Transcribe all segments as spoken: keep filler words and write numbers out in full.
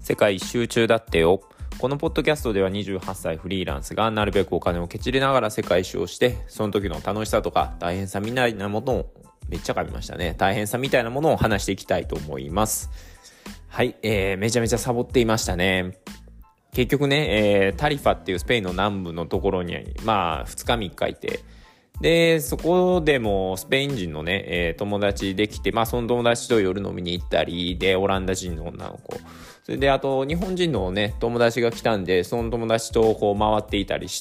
世界一周中だってよ。このポッドキャストではにじゅうはっさいフリーランスがなるべくお金をけちりながら世界一周をして、その時の楽しさとか大変さみたいなものをめっちゃ噛みましたね大変さみたいなものを話していきたいと思います。はい、えー、めちゃめちゃサボっていましたね。結局ね、えー、タリファっていうスペインの南部のところにまあふつかみっかいて、でそこでもスペイン人のね、えー、友達できて、まあその友達と夜飲みに行ったりで、オランダ人の女の子、それであと日本人のね友達が来たんで、その友達とこう回っていたりして、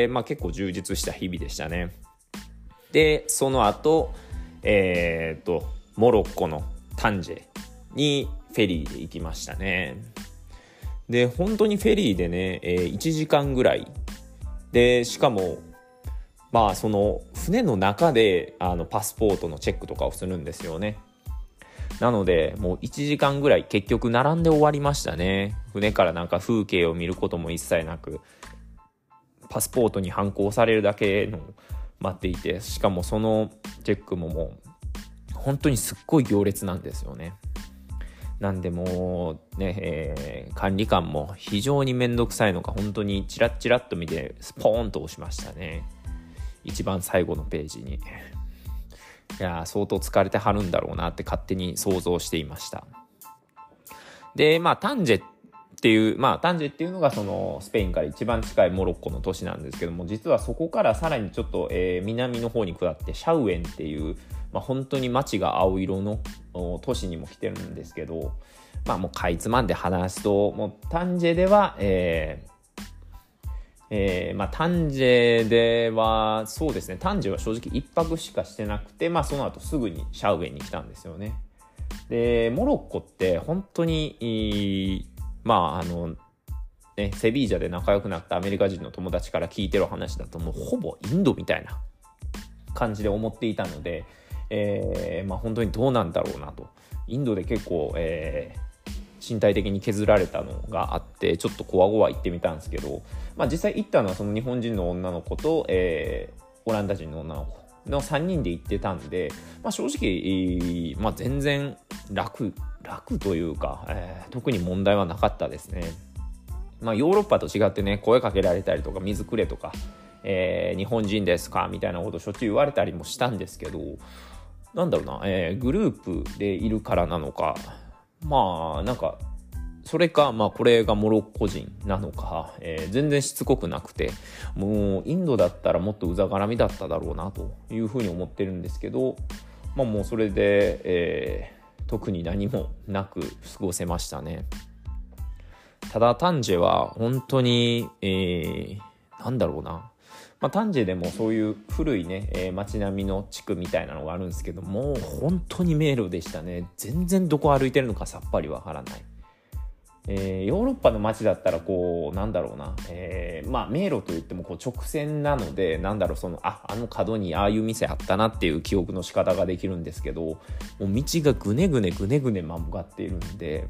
まあ結構充実した日々でしたね。でその後えー、っとモロッコのタンジェにフェリーで行きましたね。で本当にフェリーでね、えー、いちじかんぐらいで、しかもまあその船の中であのパスポートのチェックとかをするんですよね。なのでもういちじかんぐらい結局並んで終わりましたね。船からなんか風景を見ることも一切なく、パスポートにハンコされるだけの待っていて、しかもそのチェックももう本当にすっごい行列なんですよね。なんでもうね、えー、管理官も非常にめんどくさいのか、本当にチラッチラッと見てスポーンと押しましたね。一番最後のページに。いや相当疲れてはるんだろうなって勝手に想像していました。でまあタンジェっていうまあタンジェっていうのがそのスペインから一番近いモロッコの都市なんですけども、実はそこからさらにちょっと、えー、南の方に下ってシャウエンっていう、まあ、本当に街が青色の都市にも来てるんですけど、まあもうかいつまんで話すと、もうタンジェではえーえーまあ、タンジェではそうですね、タンジェは正直一泊しかしてなくて、まあ、その後すぐにシャウエンに来たんですよね。でモロッコって本当にまああのねセビージャで仲良くなったアメリカ人の友達から聞いてる話だと、もうほぼインドみたいな感じで思っていたので、えーまあ、本当にどうなんだろうなと。インドで結構、えー身体的に削られたのがあって、ちょっとこわごわ行ってみたんですけど、まあ、実際行ったのはその日本人の女の子と、えー、オランダ人の女の子のさんにんで行ってたんで、まあ、正直、まあ、全然楽楽というか、えー、特に問題はなかったですね。まあ、ヨーロッパと違ってね、声かけられたりとか水くれとか、えー、日本人ですかみたいなことをしょっちゅう言われたりもしたんですけど、なんだろうな、えー、グループでいるからなのか、まあなんかそれか、まあこれがモロッコ人なのか、えー、全然しつこくなくて、もうインドだったらもっとうざがらみだっただろうなというふうに思ってるんですけど、まあもうそれで、えー、特に何もなく過ごせましたね。ただタンジェは本当に、えー、なんだろうな、まあ、タンジェでもそういう古いね、えー、街並みの地区みたいなのがあるんですけども、本当に迷路でしたね。全然どこ歩いてるのかさっぱりわからない。えー、ヨーロッパの街だったらこうなんだろうな、えー、まあ迷路といってもこう直線なので、なんだろう、そのああの角にああいう店あったなっていう記憶の仕方ができるんですけど、もう道がぐねぐねぐねぐね曲がっているんで、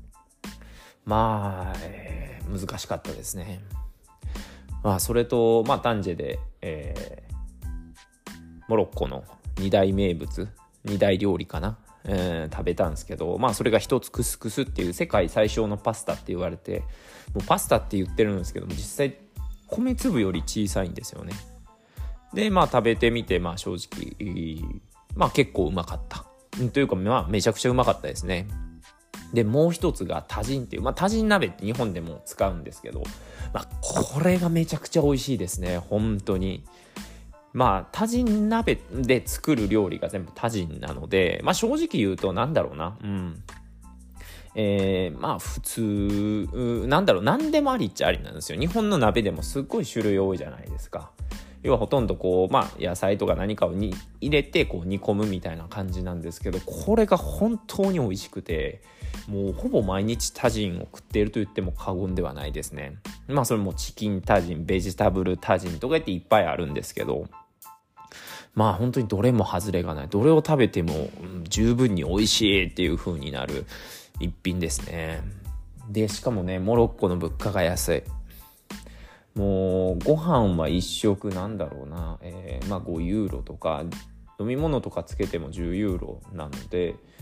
まあ、えー、難しかったですね。まあ、それと、まあ、タンジェで、えー、モロッコの二大名物、二大料理かな、えー、食べたんですけど、まあ、それが一つクスクスっていう世界最小のパスタって言われて、もうパスタって言ってるんですけども、実際米粒より小さいんですよね。で、まあ、食べてみて、まあ、正直、まあ、結構うまかった。というか、まあ、めちゃくちゃうまかったですね。でもう一つがタジンっていう、まあ、タジン鍋って日本でも使うんですけど、まあ、これがめちゃくちゃ美味しいですね。本当にまあタジン鍋で作る料理が全部タジンなので、まあ正直言うとなんだろうな、うんえー、まあ普通なんだろう、何でもありっちゃありなんですよ。日本の鍋でもすっごい種類多いじゃないですか。要はほとんどこう、まあ、野菜とか何かをに入れてこう煮込むみたいな感じなんですけど、これが本当に美味しくて、もうほぼ毎日タジンを食っていると言っても過言ではないですね。まあそれもチキンタジン、ベジタブルタジンとか言っていっぱいあるんですけど、まあ本当にどれも外れがない、どれを食べても十分に美味しいっていう風になる一品ですね。でしかもね、モロッコの物価が安い。もうご飯は一食なんだろうな、えー、まあごユーロとか、飲み物とかつけてもじゅうユーロなので、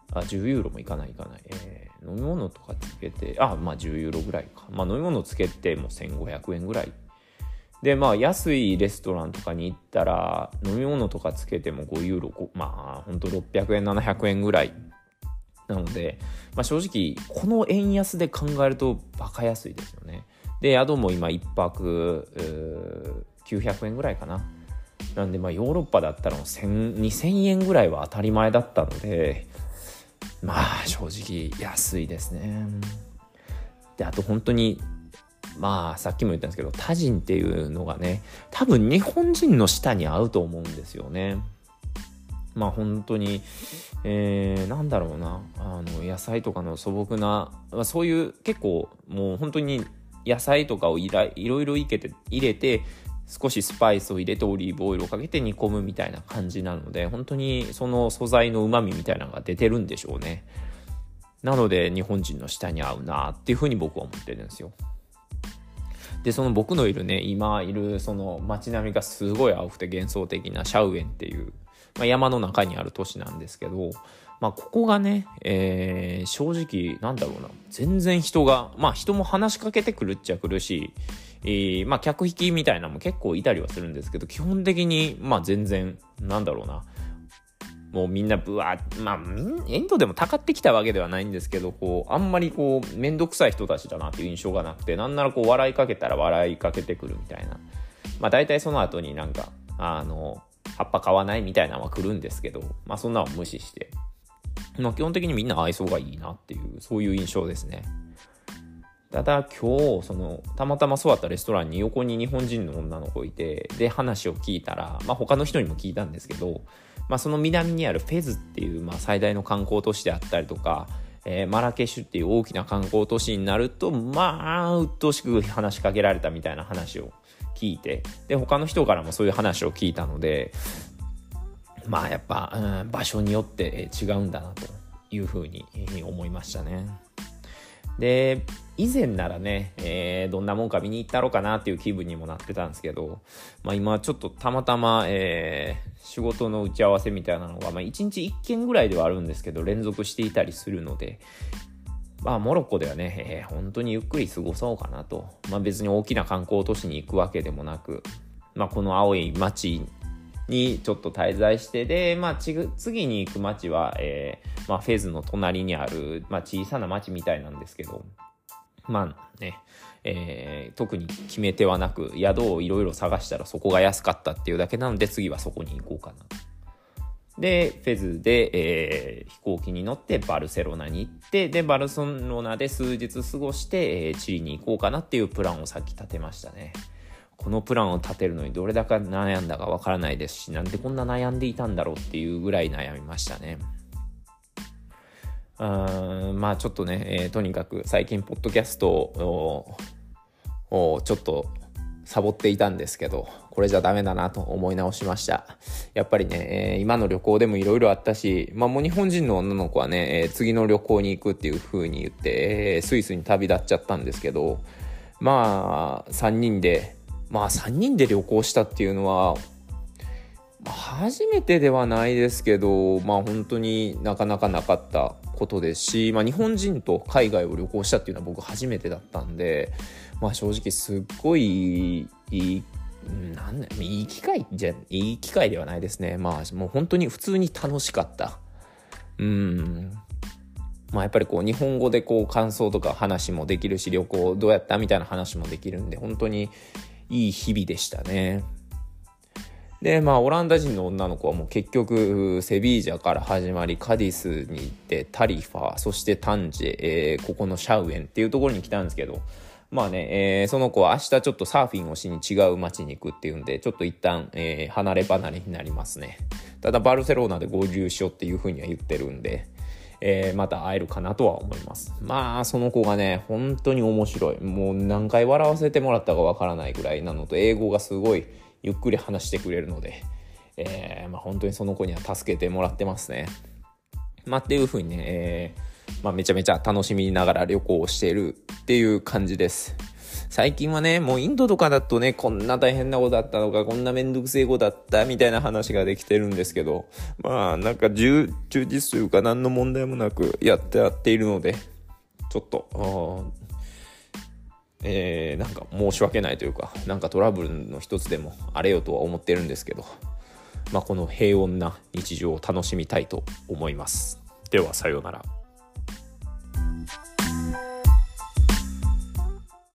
あじゅうユーロもいかないいかない、えー、飲み物とかつけてあまあじゅうユーロぐらいか、まあ、飲み物つけてもせんごひゃくえんぐらいで、まあ安いレストランとかに行ったら飲み物とかつけてもごユーロ、まあほんとろっぴゃくえんななひゃくえんぐらいなので、まあ、正直この円安で考えるとバカ安いですよね。で宿も今いっぱくきゅうひゃくえんぐらいかな。なんでまあヨーロッパだったらもうにせんえんぐらいは当たり前だったので、まあ正直安いですね。であと本当にまあさっきも言ったんですけどタジンっていうのがね多分日本人の舌に合うと思うんですよね。まあ本当に、えー、なんだろうなあの野菜とかの素朴な、まあ、そういう結構もう本当に野菜とかをいらいろいろ入れて入れて少しスパイスを入れてオリーブオイルをかけて煮込むみたいな感じなので本当にその素材の旨味みたいなのが出てるんでしょうね。なので日本人の舌に合うなっていうふうに僕は思ってるんですよ。でその僕のいるね今いるその街並みがすごい青くて幻想的なシャウエンっていう、まあ、山の中にある都市なんですけど、まあ、ここがね、えー、正直なんだろうな全然人がまあ人も話しかけてくるっちゃ来るし、えー、まあ客引きみたいなのも結構いたりはするんですけど基本的にまあ全然なんだろうなもうみんなブワーまあインドでもたかってきたわけではないんですけどこうあんまりこう面倒くさい人たちだなっていう印象がなくてなんならこう笑いかけたら笑いかけてくるみたいなまあ大体その後になんかあの葉っぱ買わないみたいなのは来るんですけどまあそんなの無視してまあ基本的にみんな愛想がいいなっていうそういう印象ですね。ただ今日そのたまたま座ったレストランに横に日本人の女の子いてで話を聞いたらまあ他の人にも聞いたんですけどまあ、その南にあるフェズっていうまあ最大の観光都市であったりとか、えー、マラケシュっていう大きな観光都市になるとまあ鬱陶しく話しかけられたみたいな話を聞いてで他の人からもそういう話を聞いたのでまあやっぱ、うん、場所によって違うんだなというふうに思いましたね。で以前ならね、えー、どんなもんか見に行ったろうかなっていう気分にもなってたんですけど、まあ、今ちょっとたまたま、えー、仕事の打ち合わせみたいなのが、まあ、いちにちいっけんぐらいではあるんですけど連続していたりするので、まあ、モロッコではね、えー、本当にゆっくり過ごそうかなと、まあ、別に大きな観光都市に行くわけでもなく、まあ、この青い街にちょっと滞在してで、まあ、ち次に行く街は、えーまあ、フェズの隣にある、まあ、小さな街みたいなんですけどまあね、えー、特に決め手はなく宿をいろいろ探したらそこが安かったっていうだけなので次はそこに行こうかなでフェズで、えー、飛行機に乗ってバルセロナに行ってでバルセロナで数日過ごして、えー、チリに行こうかなっていうプランをさっき立てましたね。このプランを立てるのにどれだけ悩んだかわからないですしなんでこんな悩んでいたんだろうっていうぐらい悩みましたね。あまあちょっとね、えー、とにかく最近ポッドキャストををちょっとサボっていたんですけどこれじゃダメだなと思い直しました。やっぱりね、えー、今の旅行でもいろいろあったし、まあ、もう日本人の女の子はね、えー、次の旅行に行くっていう風に言って、えー、スイスに旅立っちゃったんですけどまあさんにんでまあさんにんで旅行したっていうのは初めてではないですけどまあ本当になかなかなかったことですし、まあ、日本人と海外を旅行したっていうのは僕初めてだったんで、まあ、正直すっごいいいなんだいい機会じゃいい機会ではないですね。まあもう本当に普通に楽しかった。うんまあやっぱりこう日本語でこう感想とか話もできるし旅行どうやったみたいな話もできるんで本当にいい日々でしたね。でまあオランダ人の女の子はもう結局セビージャから始まりカディスに行ってタリファそしてタンジェ、えー、ここのシャウエンっていうところに来たんですけどまあね、えー、その子は明日ちょっとサーフィンをしに違う街に行くっていうんでちょっと一旦、えー、離れ離れになりますね。ただバルセロナで合流しようっていうふうには言ってるんで、えー、また会えるかなとは思います。まあその子がね本当に面白いもう何回笑わせてもらったかわからないぐらいなのと英語がすごいゆっくり話してくれるので、えーまあ、本当にその子には助けてもらってますね。まあっていう風にね、えーまあ、めちゃめちゃ楽しみながら旅行をしているっていう感じです。 最近はね、もうインドとかだとね、こんな大変なことだったのか、こんなめんどくせえことだったみたいな話ができてるんですけど、まあなんか充実というか何の問題もなくやってやっているので、ちょっとえー、なんか申し訳ないというか、なんかトラブルの一つでもあれよとは思ってるんですけど、まあこの平穏な日常を楽しみたいと思います。ではさようなら。